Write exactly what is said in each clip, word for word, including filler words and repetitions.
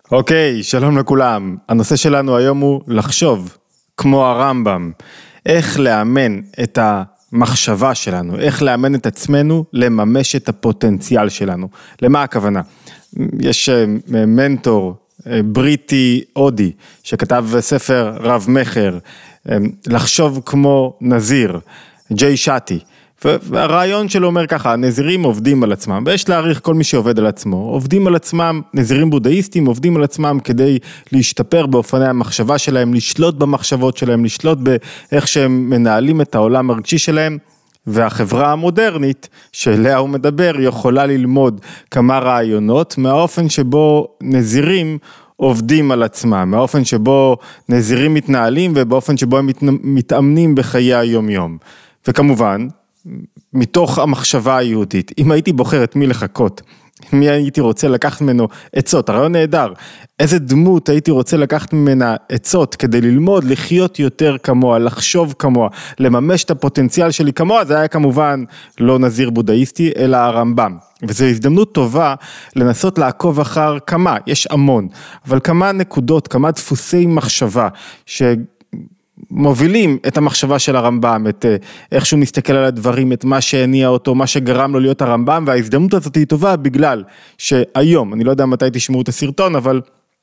אוקיי, שלום לכולם. הנושא שלנו היום הוא לחשוב, כמו הרמב"ם. איך לאמן את המחשבה שלנו, איך לאמן את עצמנו לממש את הפוטנציאל שלנו. למה הכוונה? יש מנטור בריטי הודי, שכתב ספר רב מחר, לחשוב כמו נזיר, ג'יי שטי. והרעיון שלו אומר ככה, נזירים עובדים על עצמם, ויש להעריך כל מי שעובד על עצמו, עובדים על עצמם, נזירים בודהיסטים עובדים על עצמם כדי להשתפר באופני המחשבה שלהם, לשלוט במחשבות שלהם, לשלוט באיך שהם מנהלים את העולם הרגשי שלהם, והחברה המודרנית שאליה הוא מדבר יכולה ללמוד כמה רעיונות מהאופן שבו נזירים עובדים על עצמם, מהאופן שבו נזירים מתנהלים ובאופן שבו הם מתאמנים בחיי היום יום. וכמובן, מתוך המחשבה היהודית, אם הייתי בוחר את מי לחכות, מי הייתי רוצה לקחת ממנו עצות, הרעיון נהדר, איזה דמות הייתי רוצה לקחת ממנה עצות כדי ללמוד, לחיות יותר כמוה, לחשוב כמוה, לממש את הפוטנציאל שלי כמוה, זה היה כמובן לא נזיר בודהיסטי, אלא הרמב"ם. וזו הזדמנות טובה לנסות לעקוב אחר כמה, יש המון, אבל כמה נקודות, כמה דפוסי מחשבה, ש... מובילים את המחשבה של הרמב"ם, את איך שהוא מסתכל על הדברים, את מה שהניע אותו, מה שגרם לו להיות הרמב"ם, וההזדמנות הזאת היא טובה בגלל שהיום, אני לא יודע מתי תשמעו את הסרטון, אבל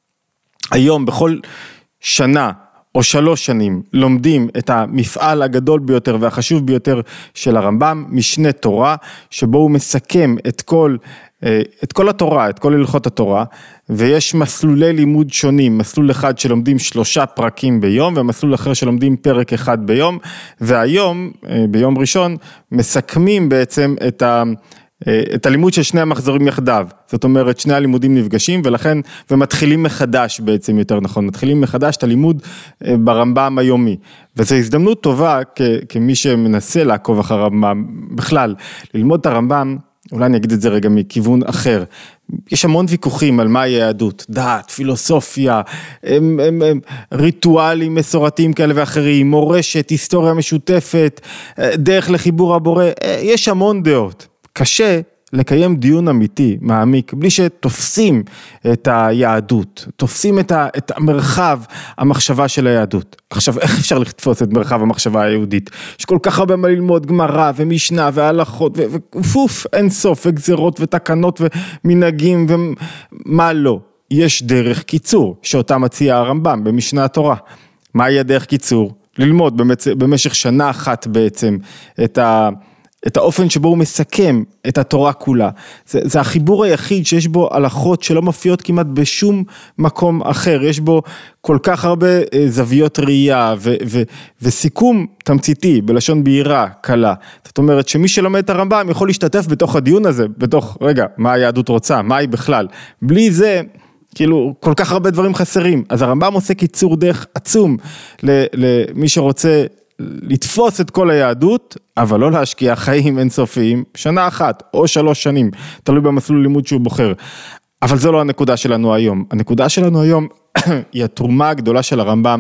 היום בכל שנה או שלוש שנים לומדים את המפעל הגדול ביותר והחשוב ביותר של הרמב"ם, משנה תורה, שבו הוא מסכם את כל את כל התורה, את כל הלכות התורה, ויש מסלולי לימוד שונים, מסלול אחד שלומדים שלושה פרקים ביום, ומסלול אחר שלומדים פרק אחד ביום, והיום, ביום ראשון, מסכמים בעצם את ה... את הלימוד של שני המחזורים יחדיו, זאת אומרת שני הלימודים נפגשים ולכן, ומתחילים מחדש בעצם יותר נכון, מתחילים מחדש את הלימוד ברמב"ם היומי, וזו הזדמנות טובה כ- כמי שמנסה לעקוב אחר הרמב"ם, בכלל, ללמוד את הרמב"ם, אולי אני אגיד את זה רגע מכיוון אחר, יש המון ויכוחים על מהי היהדות, דת, פילוסופיה, הם, הם, הם, ריטואלים מסורתיים כאלה ואחרים, מורשת, היסטוריה משותפת, דרך לחיבור הבורא, יש המון דעות. קשה לקיים דיון אמיתי, מעמיק, בלי שתופסים את היהדות, תופסים את, ה, את המרחב המחשבה של היהדות. עכשיו, איך אפשר לתפוס את מרחב המחשבה היהודית? יש כל כך הרבה מה ללמוד, גמרא ומשנה והלכות, ופוף, אין סוף, וגזרות ותקנות ומנהגים ומה לא. יש דרך קיצור, שאותה מציע הרמב"ם במשנה התורה. מהי הדרך קיצור? ללמוד במצ... במשך שנה אחת בעצם את ה... את האופן שבו הוא מסכם את התורה כולה. זה, זה החיבור היחיד שיש בו הלכות שלא מופיעות כמעט בשום מקום אחר. יש בו כל כך הרבה זוויות ראייה ו, ו, וסיכום תמציתי בלשון בהירה, קלה. זאת אומרת שמי שלומד את הרמב"ם יכול להשתתף בתוך הדיון הזה, בתוך, רגע, מה היהדות רוצה, מה היא בכלל. בלי זה, כאילו, כל כך הרבה דברים חסרים. אז הרמב"ם עושה קיצור דרך עצום למי שרוצה לתפוס את כל היהדות, אבל לא להשקיע חיים אינסופיים, שנה אחת או שלוש שנים, תלוי במסלול לימוד שהוא בוחר. אבל זו לא הנקודה שלנו היום. הנקודה שלנו היום היא התרומה הגדולה של הרמב"ם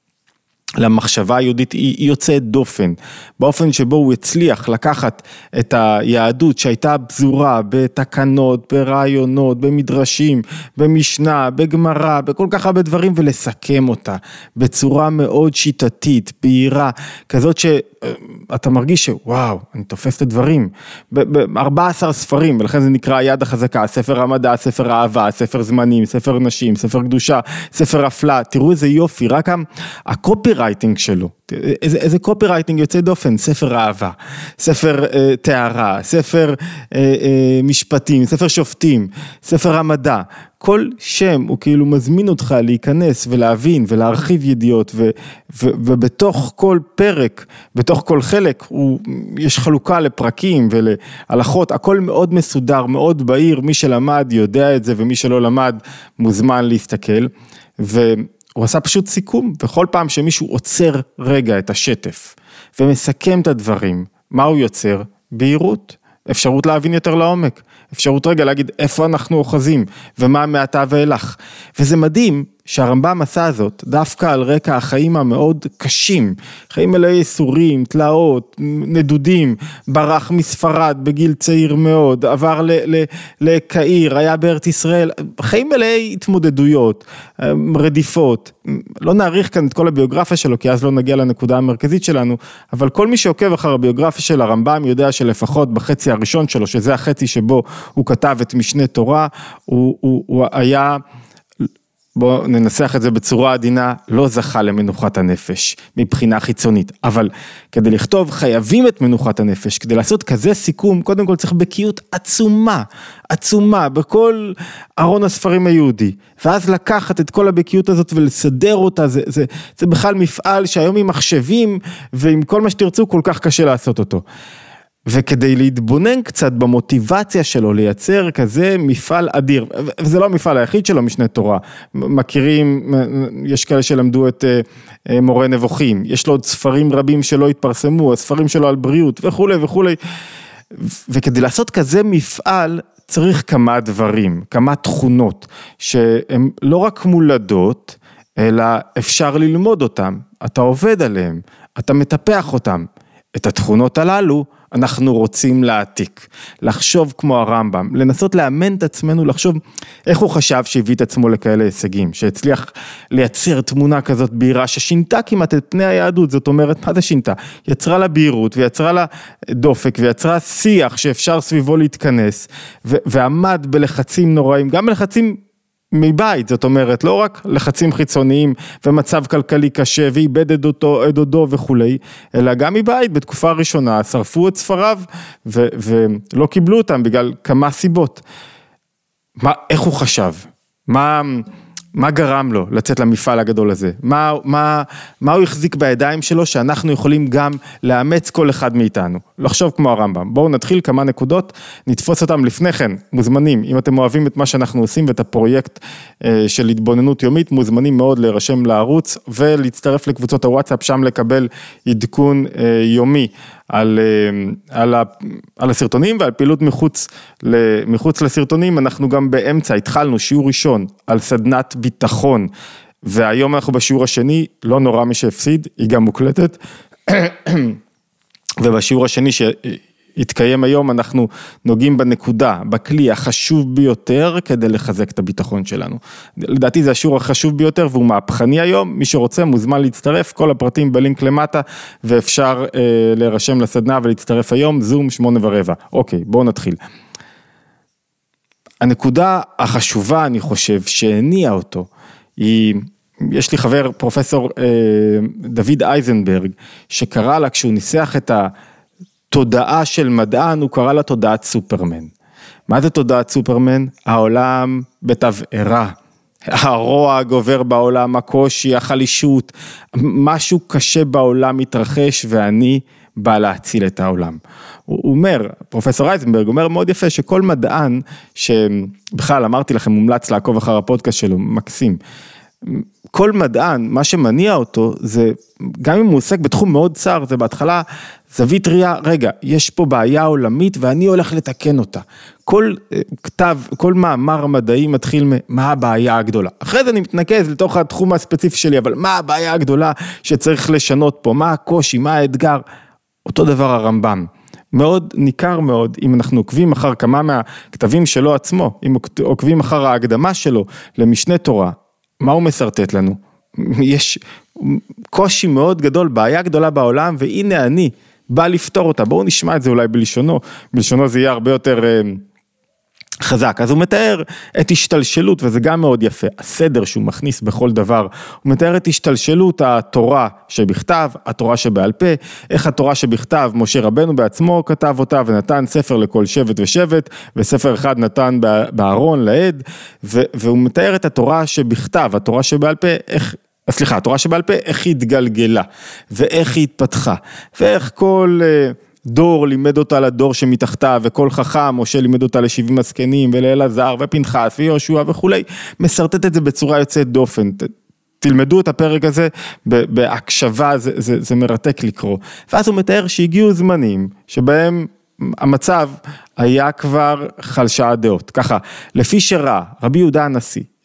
למחשבה היהודית, היא יוצאת דופן, באופן שבו הוא הצליח לקחת את היהדות שהייתה בזורה בתקנות, ברעיונות, במדרשים, במשנה, בגמרא, בכל כך הרבה דברים, ולסכם אותה בצורה מאוד שיטתית, בהירה, כזאת שאתה מרגיש שוואו, אני תופס את הדברים, ב-ארבעה עשר ספרים, ולכן זה נקרא היד החזקה, ספר המדע, ספר האהבה, ספר זמנים, ספר נשים, ספר קדושה, ספר אפלה, תראו איזה יופי, רק הקופי רייטינג שלו, איזה, איזה קופי רייטינג יוצא דופן, ספר אהבה, ספר אה, תארה, ספר אה, אה, משפטים, ספר שופטים, ספר המדע, כל שם הוא כאילו מזמין אותך להיכנס ולהבין ולהרחיב ידיעות, ו, ו, ובתוך כל פרק, בתוך כל חלק, הוא, יש חלוקה לפרקים ולהלכות, הכל מאוד מסודר, מאוד בהיר, מי שלמד יודע את זה, ומי שלא למד מוזמן להסתכל, ו... הוא עשה פשוט סיכום, וכל פעם שמישהו עוצר רגע את השטף, ומסכם את הדברים, מה הוא יוצר? בהירות, אפשרות להבין יותר לעומק, אפשרות רגע להגיד איפה אנחנו אוחזים, ומה מעתה ואילך. וזה מדהים שהרמב"ם עשה זאת דווקא על רקע החיים המאוד קשים, חיים מלאי ייסורים, תלאות, נדודים, ברח מספרד בגיל צעיר מאוד, עבר לקהיר, היה בארץ ישראל, חיים מלאי התמודדויות, רדיפות, לא נעריך כאן את כל הביוגרפיה שלו, כי אז לא נגיע לנקודה המרכזית שלנו, אבל כל מי שעוקב אחר הביוגרפיה של הרמב"ם יודע שלפחות בחצי הראשון שלו, שזה החצי שבו הוא כתב את משנה תורה, הוא, הוא, הוא היה... בואו ננסח את זה בצורה עדינה, לא זכה למנוחת הנפש מבחינה חיצונית, אבל כדי לכתוב חייבים את מנוחת הנפש, כדי לעשות כזה סיכום, קודם כל צריך בקיאות עצומה, עצומה, בכל ארון הספרים היהודי, ואז לקחת את כל הבקיאות הזאת ולסדר אותה, זה, זה, זה בכלל מפעל שהיום עם מחשבים ועם כל מה שתרצו כל כך קשה לעשות אותו. וכדי להתבונן קצת במוטיבציה שלו לייצר כזה מפעל אדיר, וזה לא המפעל היחיד שלו משנה תורה, מכירים, יש כאלה שלמדו את מורה נבוכים, יש לו עוד ספרים רבים שלא התפרסמו, הספרים שלו על בריאות וכו' וכו', וכדי לעשות כזה מפעל צריך כמה דברים, כמה תכונות, שהן לא רק מולדות, אלא אפשר ללמוד אותם, אתה עובד עליהם, אתה מטפח אותם, את התכונות הללו, אנחנו רוצים להעתיק, לחשוב כמו הרמב"ם, לנסות לאמן את עצמנו, לחשוב איך הוא חשב שהביא את עצמו לכאלה הישגים, שהצליח לייצר תמונה כזאת בהירה, ששינתה כמעט את פני היהדות, זאת אומרת, מה זה שינתה? יצרה לה בהירות, ויצרה לה דופק, ויצרה שיח שאפשר סביבו להתכנס, ו- ועמד בלחצים נוראים, גם בלחצים מבית, זאת אומרת, לא רק לחצים חיצוניים ומצב כלכלי קשה, ואיבד אותו, את דודו וכולי, אלא גם מבית, בתקופה הראשונה, שרפו את ספריו, ו- ולא קיבלו אותם בגלל כמה סיבות. מה, איך הוא חשב? מה, מה גרם לו לצאת למפעל הגדול הזה? מה, מה, מה הוא החזיק בידיים שלו, שאנחנו יכולים גם לאמץ כל אחד מאיתנו? לחשוב כמו הרמב"ם. בואו נתחיל כמה נקודות, נתפוס אותם לפני כן, מוזמנים, אם אתם אוהבים את מה שאנחנו עושים, ואת הפרויקט אה, של התבוננות יומית, מוזמנים מאוד להירשם לערוץ, ולהצטרף לקבוצות הוואטסאפ, שם לקבל עדכון אה, יומי, על, על, על הסרטונים ועל פעילות מחוץ, מחוץ לסרטונים. אנחנו גם באמצע, התחלנו שיעור ראשון על סדנת ביטחון, והיום אנחנו בשיעור השני, לא נורא מי שהפסיד, היא גם מוקלטת, ובשיעור השני שהתקיים היום, אנחנו נוגעים בנקודה, בכלי החשוב ביותר, כדי לחזק את הביטחון שלנו. לדעתי זה השיעור החשוב ביותר, והוא מהפכני היום, מי שרוצה מוזמן להצטרף, כל הפרטים בלינק למטה, ואפשר אה, להירשם לסדנה ולהצטרף היום, זום שמונה ורבע. אוקיי, בואו נתחיל. הנקודה החשובה, אני חושב, שהניעה אותו, היא, יש לי חבר, פרופסור אה, דוד אייזנברג, שקרא לה, כשהוא ניסח את ה... תודעה של מדען, הוא קרא לה תודעת סופרמן. מה זה תודעת סופרמן? העולם בתבערה, הרוע גובר בעולם, הקושי, החלישות, משהו קשה בעולם מתרחש, ואני בא להציל את העולם. הוא אומר, פרופסור אייזנברג, אומר מאוד יפה, שכל מדען, שבכלל אמרתי לכם, מומלץ לעקוב אחר הפודקאסט שלו, מקסים, כל מדען, מה שמניע אותו, זה, גם אם הוא עוסק בתחום מאוד צר, זה בהתחלה זווית ראייה, רגע, יש פה בעיה עולמית, ואני הולך לתקן אותה. כל כתב, כל מאמר מדעי מתחיל מה הבעיה הגדולה. אחרי זה אני מתנקז לתוך התחום הספציפי שלי, אבל מה הבעיה הגדולה שצריך לשנות פה, מה הקושי, מה האתגר, אותו דבר הרמב"ם. מאוד ניכר מאוד, אם אנחנו עוקבים אחר כמה מהכתבים שלו עצמו, אם עוקבים אחר ההקדמה שלו למשנה תורה, מה הוא מסרטט לנו? יש קושי מאוד גדול, בעיה גדולה בעולם, והנה אני בא לפתור אותה. בואו נשמע את זה אולי בלשונו, בלשונו זה יהיה הרבה יותר אה, חזק. אז הוא מתאר את השתלשלות, וזה גם מאוד יפה, הסדר שהוא מכניס בכל דבר, הוא מתאר את השתלשלות התורה שבכתב, התורה שבעל פה, איך התורה שבכתב, משה רבנו בעצמו כתב אותה, ונתן ספר לכל שבט ושבט, וספר אחד נתן בארון לעד, והוא מתאר את התורה שבכתב, התורה שבעל פה, איך, סליחה, התורה שבעל פה, איך היא התגלגלה, ואיך היא התפתחה, ואיך כל דור לימד אותה לדור שמתחתה, וכל חכם, משה לימד אותה לשבעים הזקנים, ולאלעזר, ופנחס, ויהושע וכולי, מסרטט את זה בצורה יוצאת דופן. תלמדו את הפרק הזה בהקשבה, זה, זה, זה מרתק לקרוא. ואז הוא מתאר שהגיעו זמנים, שבהם המצב היה כבר חלשה הדעות. ככה, לפי שראה, רבי יהודה הנשיא,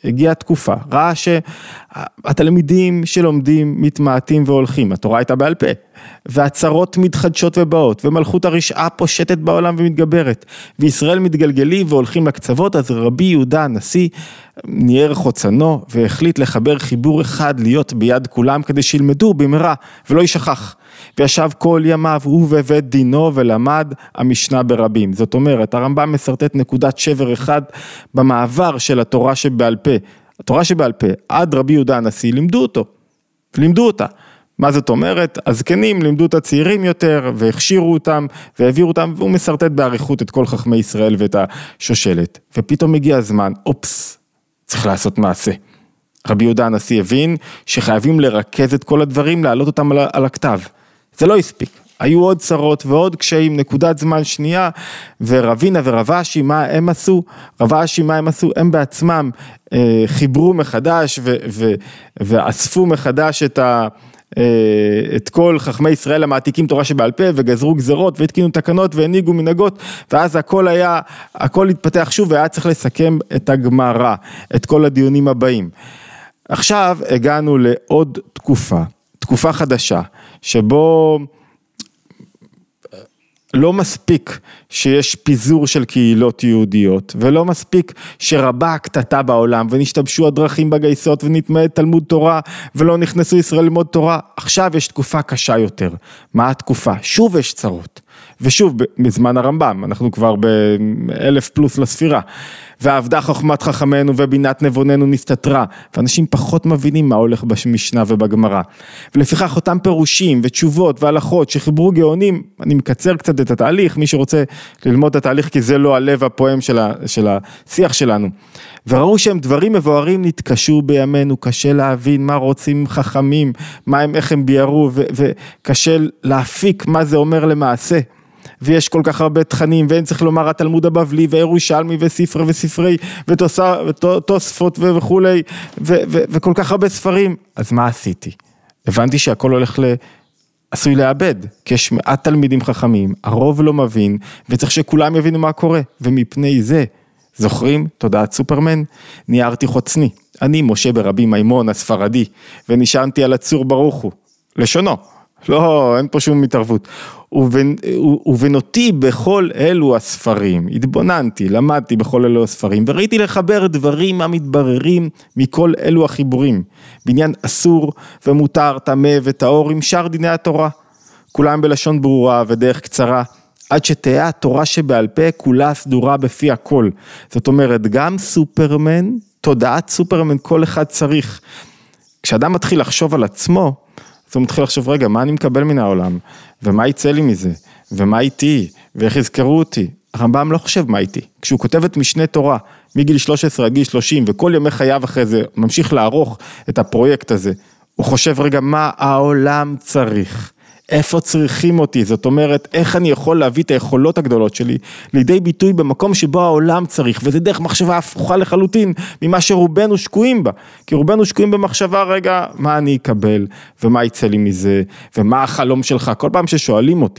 הגיעה תקופה, ראה שהתלמידים שלומדים מתמעטים והולכים, התורה הייתה בעל פה, והצרות מתחדשות ובאות, ומלכות הרשעה פושטת בעולם ומתגברת, וישראל מתגלגלים והולכים לקצוות, אז רבי יהודה הנשיא ניער חוצנו, והחליט לחבר חיבור אחד להיות ביד כולם, כדי שילמדו במהרה ולא יישכח. וישב כל ימיו הוא בבית דינו ולמד המשנה ברבים. זאת אומרת, הרמב"ם מסרטט נקודת שבר אחד במעבר של התורה שבעל פה. התורה שבעל פה, עד רבי יהודה הנשיא, לימדו אותו, לימדו אותה. מה זאת אומרת? הזקנים לימדו את הצעירים יותר, והכשירו אותם, והעבירו אותם, והוא מסרטט בעריכות את כל חכמי ישראל ואת השושלת. ופתאום הגיע הזמן, אופס, צריך לעשות מעשה. רבי יהודה הנשיא הבין שחייבים לרכז את כל הדברים, להעלות אותם על, על הכתב. זה לא הספיק. היו עוד צרות ועוד קשיים, נקודת זמן שנייה, ורבינה ורב אשי, מה הם עשו? רב אשי, מה הם עשו? הם בעצמם אה, חיברו מחדש, ו, ו, ואספו מחדש את ה... את כל חכמי ישראל המעתיקים תורה שבעל פה, וגזרו גזרות, והתקינו תקנות, והנהיגו מנהגות, ואז הכל היה, הכל התפתח שוב, והיה צריך לסכם את הגמרא, את כל הדיונים הבאים. עכשיו הגענו לעוד תקופה, תקופה חדשה, שבו לא מספיק שיש פיזור של קהילות יהודיות, ולא מספיק שרבה הקטטה בעולם, ונשתבשו הדרכים בגייסות, ונתמעט תלמוד תורה, ולא נכנסו ישראל ללמוד תורה. עכשיו יש תקופה קשה יותר. מה התקופה? שוב יש צרות. ושוב, בזמן הרמב"ם, אנחנו כבר באלף פלוס לספירה, ועבדה חוכמת חכמנו ובינת נבוננו נסתתרה, ואנשים פחות מבינים מה הולך במשנה ובגמרא, ולפיכך אותם פירושים ותשובות והלכות שחיברו גאונים, אני מקצר קצת את התהליך, מי שרוצה ללמוד את התהליך, כי זה לא הלב הפועם של, ה, של השיח שלנו, וראו שהם דברים מבוארים נתקשו בימינו, קשה להבין מה רוצים חכמים, מה הם, איך הם ביארו, ו, וקשה להפיק מה זה אומר למעשה, ויש כל כך הרבה תכנים, ואין צריך לומר התלמוד הבבלי, וירושלמי, וספרי וספרי, ותוספות וכולי, וכל כך הרבה ספרים. אז מה עשיתי? הבנתי שהכל הולך ל... עשוי לאבד, כי יש מעט תלמידים חכמים, הרוב לא מבין, וצריך שכולם יבינו מה קורה, ומפני זה, זוכרים? תודעת סופרמן? ניערתי חוצני, אני משה ברבי מימון הספרדי, ונשענתי על הצור ברוך הוא, לשונו. לא, אין פה שום מתערבות. ובנותי בכל אלו הספרים, התבוננתי, למדתי בכל אלו הספרים, וראיתי לחבר דברים המתבררים מכל אלו החיבורים, בעניין אסור ומותר, טמא וטהור עם שאר דיני התורה, כולם בלשון ברורה ודרך קצרה, עד שתהיה התורה שבעל פה כולה סדורה בפי הכל. זאת אומרת, גם סופרמן, תודעת סופרמן, כל אחד צריך. כשאדם מתחיל לחשוב על עצמו, אז הוא מתחיל לחשוב, רגע, מה אני מקבל מן העולם? ומה יצא לי מזה? ומה איתי? ואיך יזכרו אותי? הרמב"ם לא חושב מה איתי. כשהוא כותב את משנה תורה, מגיל שלוש עשרה עד גיל שלושים, וכל ימי חייו אחרי זה, ממשיך לערוך את הפרויקט הזה, הוא חושב, רגע, מה העולם צריך? איפה צריכים אותי? זאת אומרת, איך אני יכול להביא את היכולות הגדולות שלי, לידי ביטוי במקום שבו העולם צריך, וזה דרך מחשבה הפוכה לחלוטין, ממה שרובנו שקועים בה, כי רובנו שקועים במחשבה, רגע, מה אני אקבל, ומה יצא לי מזה, ומה החלום שלך, כל פעם ששואלים אותי,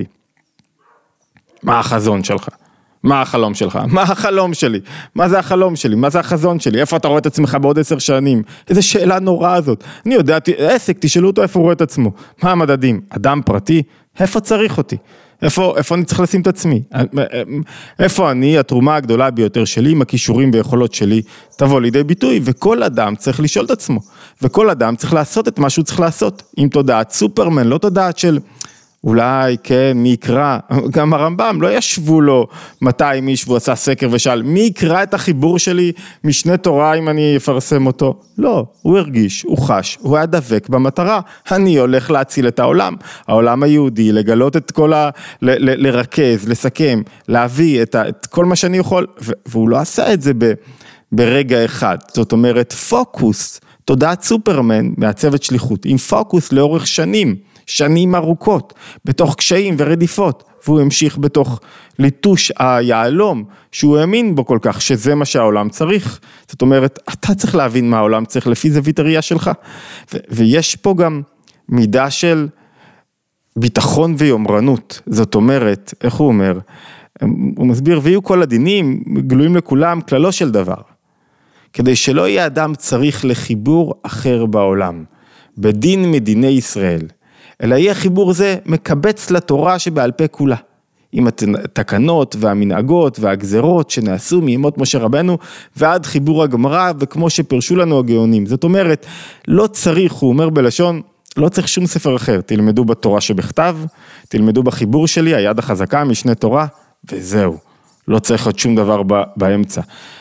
מה החזון שלך? מה החלום שלך? מה החלום שלי? מה זה החלום שלי? מה זה החזון שלי? איפה אתה רואה את עצמך בעוד עשר שנים? איזה שאלה נוראה הזאת. אני יודע, עסק, תשאלו אותו איפה הוא רואה את עצמו. מה המדדים? אדם פרטי? איפה צריך אותי? איפה, איפה אני צריך לשים את עצמי? איפה אני, התרומה הגדולה ביותר שלי, עם הכישורים ויכולות שלי, תבוא לידי ביטוי, וכל אדם צריך לשאול את עצמו. וכל אדם צריך לעשות את מה שהוא צריך לעשות. עם תודעת סופרמן, לא תודעת של... אולי, כן, מי יקרא, גם הרמב"ם, לא ישבו לו מאתיים איש, והוא עשה סקר ושאל, מי יקרא את החיבור שלי משנה תורה אם אני אפרסם אותו? לא, הוא הרגיש, הוא חש, הוא היה דבק במטרה, אני הולך להציל את העולם, העולם היהודי, לגלות את כל ה... ל- ל- לרכז, לסכם, להביא את, ה... את כל מה שאני יכול, ו- והוא לא עשה את זה ב... ברגע אחד, זאת אומרת, פוקוס, תודעת סופרמן, מעצבת שליחות, עם פוקוס לאורך שנים, שנים ארוכות, בתוך קשיים ורדיפות, והוא המשיך בתוך ליטוש היעלום, שהוא האמין בו כל כך, שזה מה שהעולם צריך. זאת אומרת, אתה צריך להבין מה העולם צריך, לפי זווית הראייה שלך, ו- ויש פה גם מידה של ביטחון ויומרנות, זאת אומרת, איך הוא אומר? הוא מסביר, ויהיו כל הדינים, גלויים לכולם, כללו של דבר. כדי שלא יהיה אדם צריך לחיבור אחר בעולם, בדין מדיני ישראל, אלא יהיה חיבור זה מקבץ לתורה שבעל פה כולה, עם התקנות והמנהגות והגזרות שנעשו מימות משה רבנו, ועד חיבור הגמרא, וכמו שפרשו לנו הגאונים. זאת אומרת, לא צריך, הוא אומר בלשון, לא צריך שום ספר אחר, תלמדו בתורה שבכתב, תלמדו בחיבור שלי, היד החזקה, משנה תורה, וזהו. לא צריך עוד שום דבר באמצע.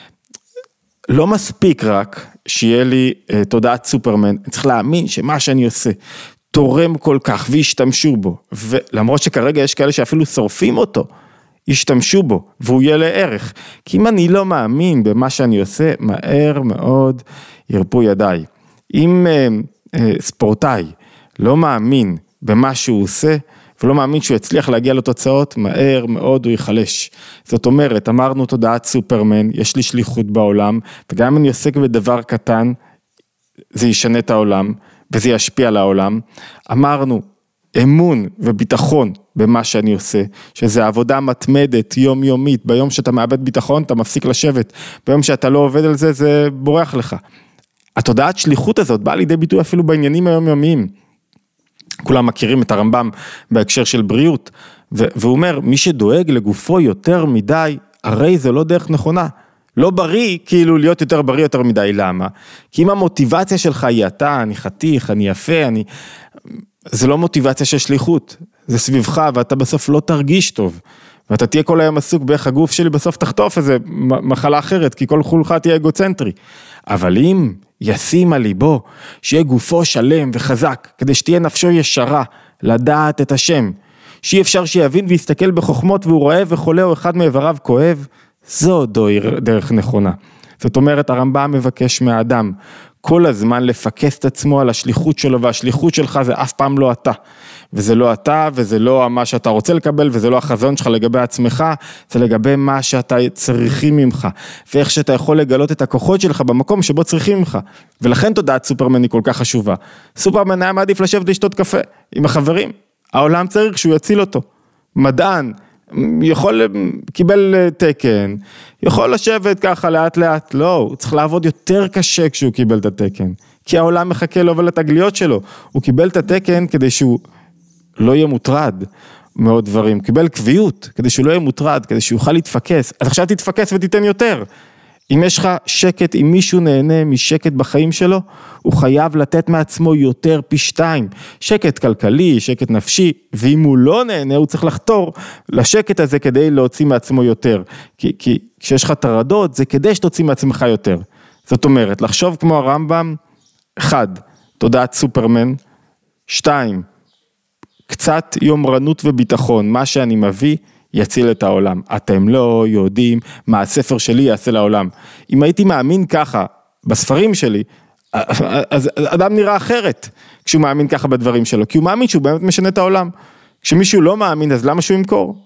לא מספיק רק שיהיה לי uh, תודעת סופרמן, צריך להאמין שמה שאני עושה תורם כל כך וישתמשו בו, ולמרות שכרגע יש כאלה שאפילו שורפים אותו, ישתמשו בו והוא יהיה לערך, כי אם אני לא מאמין במה שאני עושה, מהר מאוד ירפו ידיי. אם uh, uh, ספורטאי לא מאמין במה שהוא עושה, ולא מאמין שהוא יצליח להגיע לתוצאות, מהר מאוד הוא ייחלש. זאת אומרת, אמרנו תודעת סופרמן, יש לי שליחות בעולם, וגם אם אני עוסק בדבר קטן, זה ישנה את העולם, וזה ישפיע על העולם. אמרנו, אמון וביטחון במה שאני עושה, שזה עבודה מתמדת, יומיומית, ביום שאתה מאבד ביטחון, אתה מפסיק לשבת, ביום שאתה לא עובד על זה, זה בורח לך. התודעת שליחות הזאת באה לידי ביטוי אפילו בעניינים היומיומיים, כולם מכירים את הרמב"ם בהקשר של בריאות, והוא אומר, מי שדואג לגופו יותר מדי, הרי זה לא דרך נכונה. לא בריא, כאילו להיות יותר בריא יותר מדי, למה? כי אם המוטיבציה שלך היא אתה, אני חתיך, אני יפה, אני... זה לא מוטיבציה של שליחות, זה סביבך, ואתה בסוף לא תרגיש טוב, ואתה תהיה כל היום עסוק באיך הגוף שלי, בסוף תחטוף איזה מחלה אחרת, כי כל חולך תהיה אגוצנטרי. אבל אם ישים על ליבו, שיהיה גופו שלם וחזק, כדי שתהיה נפשו ישרה, לדעת את השם, שאי אפשר שיבין ויסתכל בחוכמות, והוא רואה וחולה או אחד מאיבריו כואב, זו דרך נכונה. זאת אומרת, הרמב"ם מבקש מהאדם, כל הזמן לפקס את עצמו על השליחות שלו, והשליחות שלך זה אף פעם לא אתה, וזה לא אתה, וזה לא מה שאתה רוצה לקבל, וזה לא החזון שלך לגבי עצמך, זה לגבי מה שאתה צריכים ממך, ואיך שאתה יכול לגלות את הכוחות שלך במקום שבו צריכים ממך, ולכן תודעת סופרמן היא כל כך חשובה. סופרמן היה מעדיף לשבת לשתות קפה עם החברים, העולם צריך שהוא יציל אותו. מדען, יכול, קיבל תקן, יכול לשבת ככה לאט לאט, לא, הוא צריך לעבוד יותר קשה כשהוא קיבל את התקן, כי העולם מחכה לו ולתגליות שלו, הוא קיבל את התקן כדי שהוא לא יהיה מוטרד מאוד דברים, קיבל קביעות, כדי שהוא לא יהיה מוטרד, כדי שהוא יוכל להתפקס, אז עכשיו תתפקס ותיתן יותר. אם יש לך שקט, אם מישהו נהנה משקט בחיים שלו, הוא חייב לתת מעצמו יותר פי שתיים, שקט כלכלי, שקט נפשי, ואם הוא לא נהנה, הוא צריך לחתור לשקט הזה כדי להוציא מעצמו יותר, כי, כי כשיש לך תרדות, זה כדי שתוציא מעצמך יותר. זאת אומרת, לחשוב כמו הרמב"ם, אחד, תודעת סופרמן, שתיים, קצת יומרנות וביטחון, מה שאני מביא, יציל את העולם. אתם לא יודעים מה הספר שלי יעשה לעולם. אם הייתי מאמין ככה בספרים שלי, אז אדם נראה אחרת כשהוא מאמין ככה בדברים שלו, כי הוא מאמין שהוא באמת משנה את העולם. כשמישהו לא מאמין, אז למה שהוא ימכור?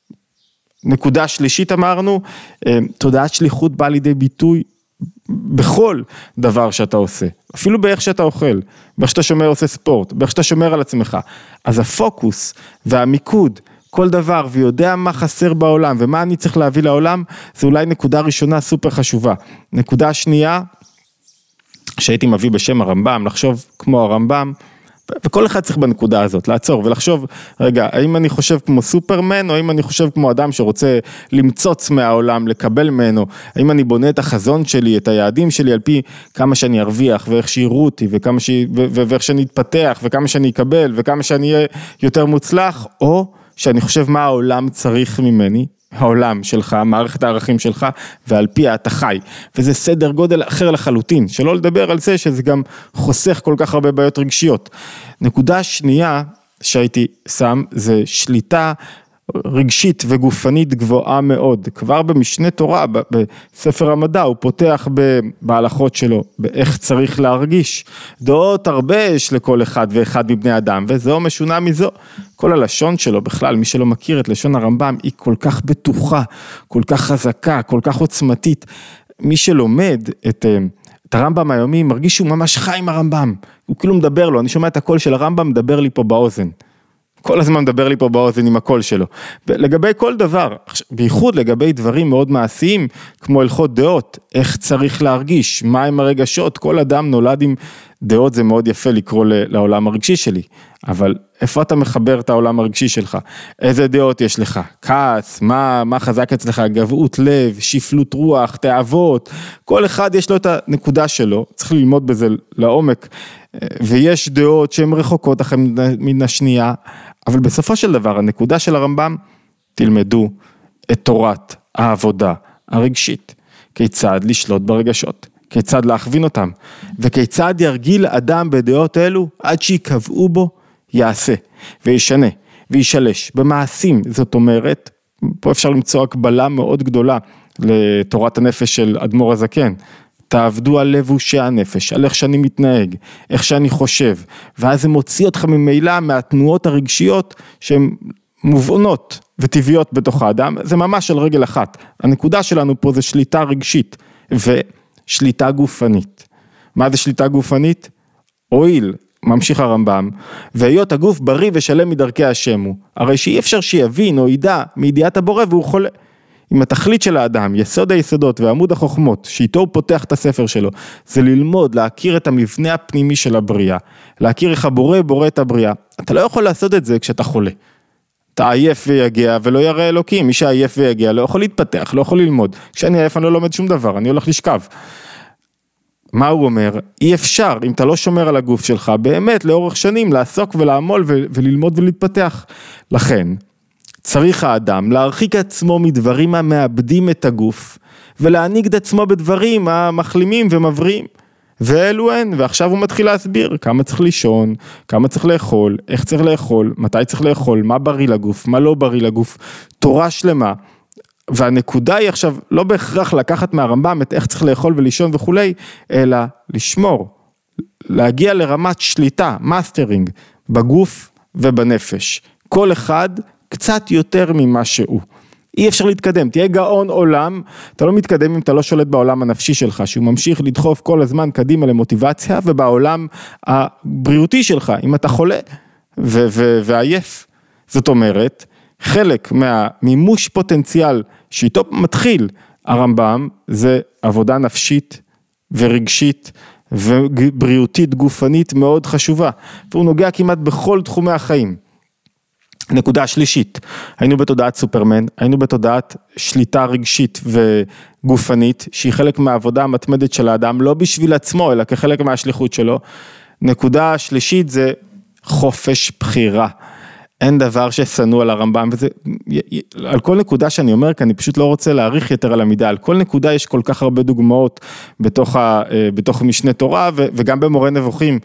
נקודה שלישית אמרנו, תודעת שליחות באה לידי ביטוי בכל דבר שאתה עושה, אפילו באיך שאתה אוכל, באיך שאתה שומר עושה ספורט, באיך שאתה שומר על עצמך. אז הפוקוס והמיקוד, כל דבר, ויודע מה חסר בעולם, ומה אני צריך להביא לעולם, זה אולי נקודה ראשונה סופר חשובה. נקודה שנייה, שהייתי מביא בשם הרמב"ם, לחשוב כמו הרמב"ם, וכל אחד צריך בנקודה הזאת, לעצור ולחשוב, רגע, האם אני חושב כמו סופרמן, או האם אני חושב כמו אדם שרוצה למצוץ מהעולם, לקבל ממנו, האם אני בונה את החזון שלי, את היעדים שלי, על פי כמה שאני ארוויח, ואיך שיראו אותי, וכמה ש... ואיך שאני אתפתח, וכמה שאני אקבל, וכמה שאני אהיה יותר מוצלח, או שאני חושב מה העולם צריך ממני, העולם שלך, מערכת הערכים שלך, ועל פי אתה חי, וזה סדר גודל אחר לחלוטין, שלא לדבר על זה שזה גם חוסך כל כך הרבה בעיות רגשיות. נקודה שנייה שהייתי שם, זה שליטה רגשית וגופנית גבוהה מאוד, כבר במשנה תורה, בספר המדע, הוא פותח בהלכות שלו, באיך צריך להרגיש, דעות הרבה יש לכל אחד ואחד מבני אדם, וזו משונה מזו, כל הלשון שלו בכלל, מי שלא מכיר את לשון הרמב"ם, היא כל כך בטוחה, כל כך חזקה, כל כך עוצמתית, מי שלומד את... את הרמב"ם היומי, מרגיש שהוא ממש חי עם הרמב"ם, הוא כאילו מדבר לו, אני שומע את הקול של הרמב"ם, מדבר לי פה באוזן, כל הזמן מדבר לי פה באוזן עם הקול שלו. לגבי כל דבר, בייחוד לגבי דברים מאוד מעשיים, כמו הלכות דעות, איך צריך להרגיש, מה הם הרגשות, כל אדם נולד עם דעות, זה מאוד יפה לקרוא לעולם הרגשי שלי, אבל איפה אתה מחבר את העולם הרגשי שלך? איזה דעות יש לך? כעס, מה, מה חזק אצלך? גבעות לב, שפלות רוח, תאוות, כל אחד יש לו את הנקודה שלו, צריך ללמוד בזה לעומק, ויש דעות שהן רחוקות אחרי מן השנייה, אבל בסופו של דבר, הנקודה של הרמב"ם, תלמדו את תורת העבודה הרגשית, כיצד לשלוט ברגשות, כיצד להכווין אותם, וכיצד ירגיל אדם בדעות אלו, עד שיקבעו בו, יעשה, וישנה, וישלש, במעשים, זאת אומרת, פה אפשר למצוא הקבלה מאוד גדולה, לתורת הנפש של אדמו"ר הזקן, תעבדו על לבושי הנפש, על איך שאני מתנהג, איך שאני חושב, ואז זה מוציא אותך ממילא מהתנועות הרגשיות שהן מובנות וטבעיות בתוך האדם, זה ממש על רגל אחת. הנקודה שלנו פה זה שליטה רגשית ושליטה גופנית. מה זה שליטה גופנית? הועיל, ממשיך הרמב"ם, והיות הגוף בריא ושלם מדרכי השם הוא, הרי שאי אפשר שיבין או ידע מידיעת הבורא והוא חולה. אם התכלית של האדם, יסוד היסודות ועמוד החוכמות, שאיתו הוא פותח את הספר שלו, זה ללמוד, להכיר את המבנה הפנימי של הבריאה, להכיר איך הבורא בורא את הבריאה. אתה לא יכול לעשות את זה כשאתה חולה. אתה עייף ויגיע ולא ירא אלוקים, מי שעייף ויגיע לא יכול להתפתח, לא יכול ללמוד. כשאני עייף אני לא לומד שום דבר, אני הולך לשכב. מה הוא אומר? אי אפשר, אם אתה לא שומר על הגוף שלך, באמת לאורך שנים לעסוק ולעמול וללמוד ולהתפתח. לכן, צריך האדם להרחיק עצמו מדברים המאבדים את הגוף, ולהעניק את עצמו בדברים המחלימים ומבריאים. ואלו הן, ועכשיו הוא מתחיל להסביר כמה צריך לישון, כמה צריך לאכול, איך צריך לאכול, מתי צריך לאכול, מה בריא לגוף, מה לא בריא לגוף, תורה שלמה. והנקודה היא עכשיו לא בהכרח לקחת מהרמב"ם את איך צריך לאכול ולישון וכולי, אלא לשמור, להגיע לרמת שליטה, מאסטרינג, בגוף ובנפש. כל אחד קצת יותר ממה שהוא. אי אפשר להתקדם, תהיה גאון עולם, אתה לא מתקדם אם אתה לא שולט בעולם הנפשי שלך, שהוא ממשיך לדחוף כל הזמן קדימה למוטיבציה, ובעולם הבריאותי שלך, אם אתה חולה ו- ו- ועייף. זאת אומרת, חלק מהמימוש פוטנציאל שאיתו מתחיל הרמב"ם, זה עבודה נפשית ורגשית ובריאותית גופנית מאוד חשובה, והוא נוגע כמעט בכל תחומי החיים. נקודה שלישית, היינו בתודעת סופרמן, היינו בתודעת שליטה רגשית וגופנית, שהיא חלק מהעבודה המתמדת של האדם, לא בשביל עצמו, אלא כחלק מהשליחות שלו. נקודה שלישית זה חופש בחירה. אין דבר ששנוא על הרמב"ם, וזה, על כל נקודה שאני אומר, כי אני פשוט לא רוצה להאריך יותר על המידה, על כל נקודה יש כל כך הרבה דוגמאות בתוך, ה, בתוך משנה תורה, וגם במורה נבוכים.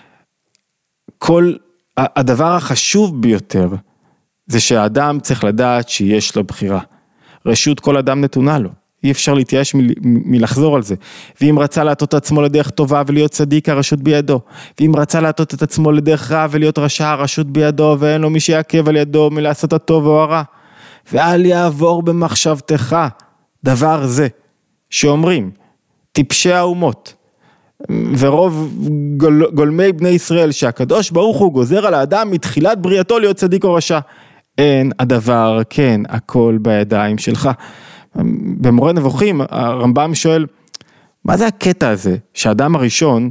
כל, הדבר החשוב ביותר, זה שהאדם צריך לדעת שיש לו בחירה. רשות כל אדם נתונה לו. אי אפשר להתייאש מ- מ- מלחזור על זה. ואם רצה להטות את עצמו לדרך טובה ולהיות צדיק, הרשות בידו. ואם רצה להטות את עצמו לדרך רע ולהיות רשע, הרשות בידו, ואין לו מי שיעכב על ידו מלעשות הטוב או הרע. ואל יעבור במחשבתך דבר זה, שאומרים, טיפשי האומות, ורוב גול, גולמי בני ישראל, שהקדוש ברוך הוא גוזר על האדם מתחילת בריאתו להיות צדיק או רשע. אין הדבר, כן, הכל בידיים שלך. במורה נבוכים, הרמב"ם שואל, מה זה הקטע הזה, שהאדם הראשון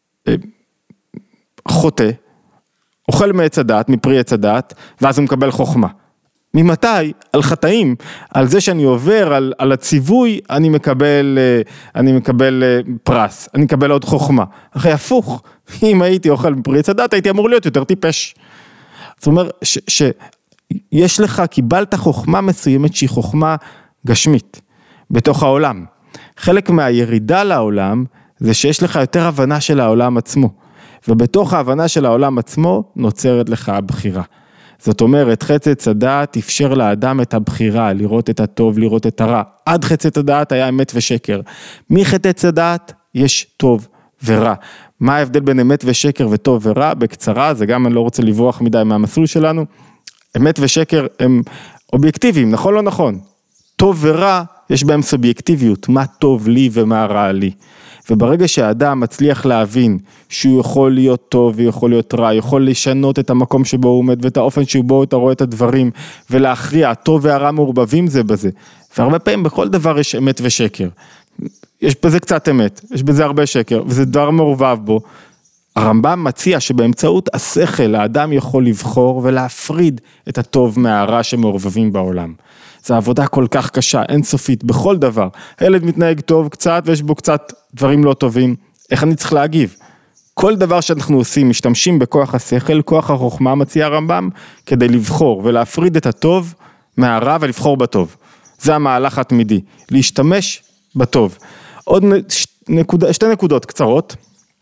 חוטא, אוכל מעץ הדעת, מפרי עץ הדעת, ואז הוא מקבל חוכמה. ממתי? על חטאים, על זה שאני עובר, על, על הציווי, אני מקבל, אני מקבל פרס, אני מקבל עוד חוכמה. אחרי הפוך, אם הייתי אוכל מפרי עץ הדעת, הייתי אמור להיות יותר טיפש. זאת אומרת, ש, שיש לך, קיבלת חוכמה מסוימת, שהיא חוכמה גשמית, בתוך העולם. חלק מהירידה לעולם, זה שיש לך יותר הבנה של העולם עצמו, ובתוך ההבנה של העולם עצמו, נוצרת לך הבחירה. זאת אומרת, חצץ הדעת אפשר לאדם את הבחירה, לראות את הטוב, לראות את הרע. עד חצץ הדעת היה אמת ושקר. מחצץ הדעת יש טוב ורע. מה ההבדל בין אמת ושקר וטוב ורע? בקצרה, זה גם אני לא רוצה לברוח מדי מהמסלול שלנו. אמת ושקר הם אובייקטיביים, נכון לא נכון? טוב ורע, יש בהם סובייקטיביות, מה טוב לי ומה רע לי. וברגע שהאדם מצליח להבין שהוא יכול להיות טוב ויכול להיות רע, יכול לשנות את המקום שבו הוא עומד ואת האופן שבו אתה רואה את הדברים, ולהכריע, הטוב והרע מעורבבים זה בזה. והרבה פעמים בכל דבר יש אמת ושקר. יש בזה קצת אמת, יש בזה הרבה שקר, וזה דבר מעורבב בו. הרמב"ם מציע שבאמצעות השכל האדם יכול לבחור ולהפריד את הטוב מהרע שמעורבבים בעולם. זו עבודה כל כך קשה, אינסופית, בכל דבר. הילד מתנהג טוב קצת ויש בו קצת דברים לא טובים. איך אני צריך להגיב? כל דבר שאנחנו עושים, משתמשים בכוח השכל, כוח החוכמה מציע הרמב"ם, כדי לבחור ולהפריד את הטוב מהרע ולבחור בטוב. זה המהלך התמידי, להשתמש בטוב. עוד נקודה, שתי נקודות קצרות,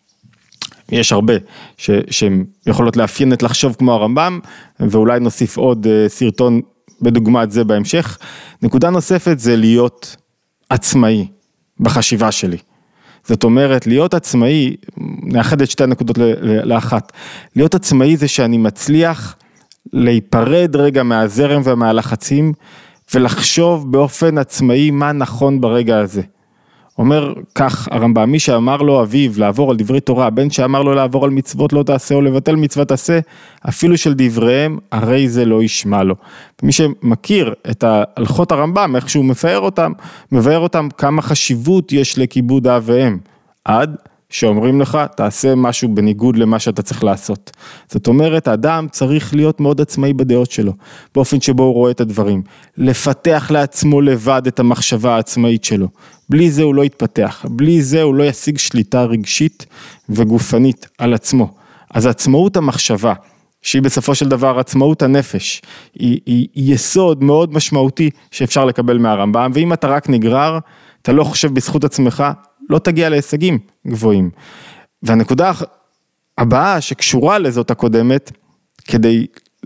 יש הרבה ש, שהן יכולות לאפיין את לחשוב כמו הרמב"ם, ואולי נוסיף עוד סרטון בדוגמת זה בהמשך. נקודה נוספת זה להיות עצמאי בחשיבה שלי. זאת אומרת, להיות עצמאי, נאחד את שתי הנקודות לאחת, להיות עצמאי זה שאני מצליח להיפרד רגע מהזרם ומהלחצים, ולחשוב באופן עצמאי מה נכון ברגע הזה. אומר כך הרמב"ם, מי שאמר לו אביו לעבור על דברי תורה, בן שאמר לו לעבור על מצוות לא תעשה או לבטל מצוות תעשה, אפילו של דבריהם, הרי זה לא ישמע לו. ומי שמכיר את הלכות הרמב"ם, איך שהוא מפאר אותם, מבאר אותם כמה חשיבות יש לכיבוד אב ואם, עד שאומרים לך, תעשה משהו בניגוד למה שאתה צריך לעשות. זאת אומרת, האדם צריך להיות מאוד עצמאי בדעות שלו, באופן שבו הוא רואה את הדברים, לפתח לעצמו לבד את המחשבה העצמאית שלו. בלי זה הוא לא יתפתח, בלי זה הוא לא ישיג שליטה רגשית וגופנית על עצמו. אז עצמאות המחשבה, שהיא בסופו של דבר עצמאות הנפש, היא, היא, היא יסוד מאוד משמעותי שאפשר לקבל מהרמב"ם, ואם אתה רק נגרר, אתה לא חושב בזכות עצמך, לא תגיע להישגים גבוהים. והנקודה הבאה שקשורה לזאת הקודמת, כדי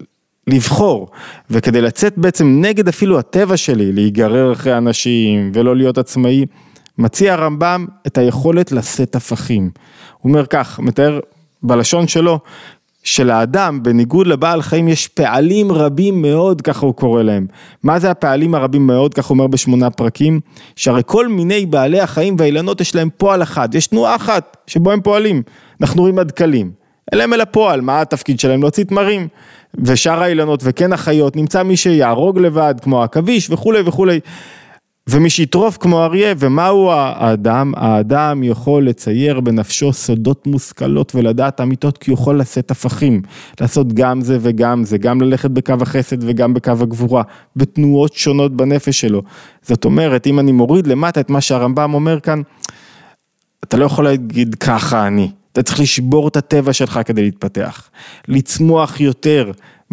לבחור, וכדי לצאת בעצם נגד אפילו הטבע שלי, להיגרר אחרי אנשים ולא להיות עצמאי, מציע הרמב"ם את היכולת לשאת הפכים. הוא אומר כך, מתאר בלשון שלו, שלאדם בניגוד לבעל חיים יש פעלים רבים מאוד, ככה הוא קורא להם. מה זה הפעלים הרבים מאוד, ככה הוא אומר בשמונה פרקים, שהרי כל מיני בעלי החיים והאילנות יש להם פועל אחד, יש תנועה אחת שבו הם פועלים, אנחנו רואים עדכלים, אלה הם אל הפועל, מה התפקיד שלהם? להוציא תמרים, ושאר האילנות וכן החיות, נמצא מי שיערוג לבד, כמו הכביש וכו' וכו', ומי שיטרוף כמו אריה, ומהו האדם? האדם יכול לצייר בנפשו סודות מושכלות ולדעת אמיתות, כי הוא יכול לשאת הפכים, לעשות גם זה וגם זה, גם ללכת בקו החסד וגם בקו הגבורה, בתנועות שונות בנפש שלו. זאת אומרת, אם אני מוריד למטה את מה שהרמב"ם אומר כאן, אתה לא יכול להגיד ככה אני, אתה צריך לשבור את הטבע שלך כדי להתפתח, לצמוח יותר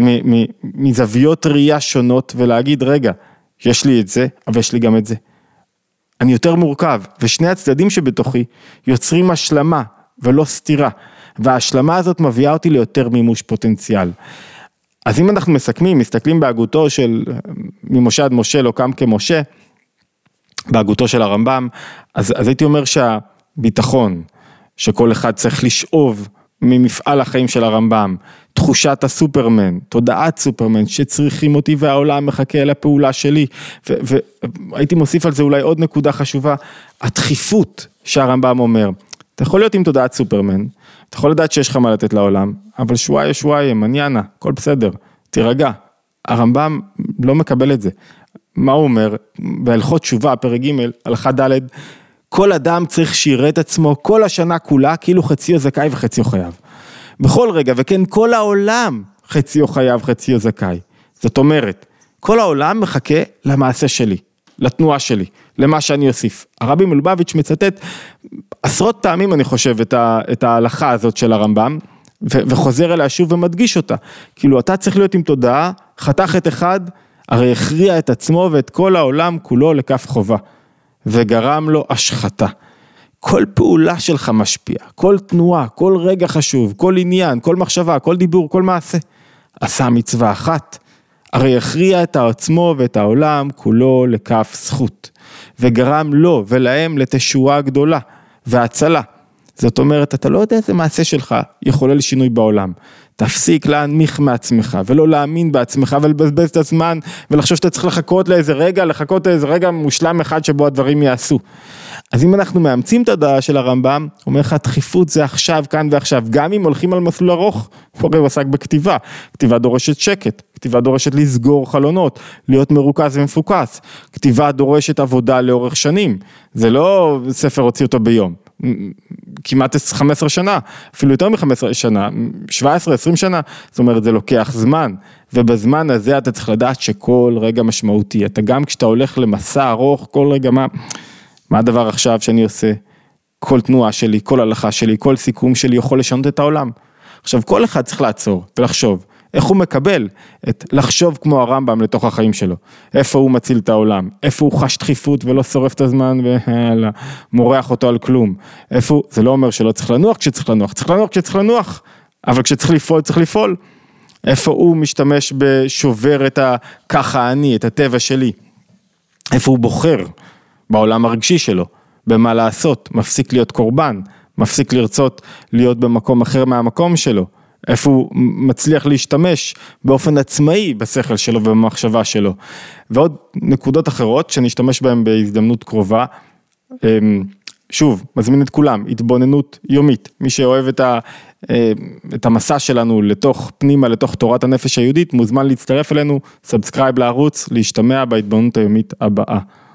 מזוויות ראייה שונות ולהגיד רגע, יש לי את זה, אבל יש לי גם את זה. אני יותר מורכב, ושני הצדדים שבתוכי יוצרים השלמה ולא סתירה, וההשלמה הזאת מביאה אותי ליותר מימוש פוטנציאל. אז אם אנחנו מסכמים, מסתכלים בהגותו של ממשה עד משה לא קם כמשה, בהגותו של הרמב"ם, אז, אז הייתי אומר שהביטחון, שכל אחד צריך לשאוב ממפעל החיים של הרמב"ם, תחושת הסופרמן, תודעת סופרמן, שצריכים אותי והעולם מחכה לפעולה שלי, והייתי מוסיף על זה אולי עוד נקודה חשובה, הדחיפות שהרמב"ם אומר, אתה יכול להיות עם תודעת סופרמן, אתה יכול לדעת שיש לך מה לתת לעולם, אבל שוויה שוויה, מניאנה, הכל בסדר, תירגע, הרמב"ם לא מקבל את זה, מה הוא אומר? בהלכות תשובה, פרק ג' הלכה ד', כל אדם צריך שיראה את עצמו כל השנה כולה, כאילו חציו זכאי וחציו חייב. בכל רגע, וכן כל העולם חציו חייב, חציו זכאי. זאת אומרת, כל העולם מחכה למעשה שלי, לתנועה שלי, למה שאני אוסיף. הרבי מלובביץ' מצטט עשרות פעמים, אני חושב, את, ה, את ההלכה הזאת של הרמב"ם, ו, וחוזר אליה שוב ומדגיש אותה. כאילו, אתה צריך להיות עם תודעה, חתך את אחד, הרי הכריע את עצמו ואת כל העולם כולו לכף חובה. וגרם לו השחתה. כל פעולה שלך משפיע, כל תנועה, כל רגע חשוב, כל עניין, כל מחשבה, כל דיבור, כל מעשה. עשה מצווה אחת, הרי הכריע את עצמו ואת העולם כולו לכף זכות, וגרם לו ולהם לתשועה גדולה והצלה. זאת אומרת, אתה לא יודע איזה מעשה שלך יחולל שינוי בעולם. תפסיק להנמיך מעצמך, ולא להאמין בעצמך, ולבזבז את הזמן, ולחשוב שאתה צריך לחכות לאיזה רגע, לחכות לאיזה רגע מושלם אחד שבו הדברים יעשו. אז אם אנחנו מאמצים את הדעה של הרמב"ם, הוא אומר לך, דחיפות זה עכשיו, כאן ועכשיו, גם אם הולכים על מסלול ארוך, הוא הרי עסק בכתיבה, כתיבה דורשת שקט, כתיבה דורשת לסגור חלונות, להיות מרוכז ומפוקס, כתיבה דורשת עבודה לאורך שנים, זה לא ספר הוציא אותו ביום, כמעט חמש עשרה שנה, אפילו יותר מ-חמש עשרה שנה, שבע עשרה עשרים שנה, זאת אומרת זה לוקח זמן, ובזמן הזה אתה צריך לדעת שכל רגע משמעותי, אתה גם כשאתה הולך למסע ארוך, כל רגע מה, מה הדבר עכשיו שאני עושה, כל תנועה שלי, כל הלכה שלי, כל סיכום שלי יכול לשנות את העולם, עכשיו כל אחד צריך לעצור ולחשוב, איך הוא מקבל את לחשוב כמו הרמב"ם לתוך החיים שלו, איפה הוא מציל את העולם, איפה הוא חש דחיפות ולא שורף את הזמן ומורח אותו על כלום, איפה הוא, זה לא אומר שלא צריך לנוח כשצריך לנוח, צריך לנוח כשצריך לנוח, אבל כשצריך לפעול צריך לפעול, איפה הוא משתמש בשובר את הככה אני, את הטבע שלי, איפה הוא בוחר בעולם הרגשי שלו, במה לעשות, מפסיק להיות קורבן, מפסיק לרצות להיות במקום אחר מהמקום שלו, איפה הוא מצליח להשתמש באופן עצמאי בשכל שלו ובמחשבה שלו. ועוד נקודות אחרות שנשתמש בהן בהזדמנות קרובה, שוב, מזמין את כולם, התבוננות יומית, מי שאוהב את, ה, את המסע שלנו לתוך פנימה, לתוך תורת הנפש היהודית, מוזמן להצטרף אלינו, סאבסקרייב לערוץ, להשתמע בהתבוננות היומית הבאה.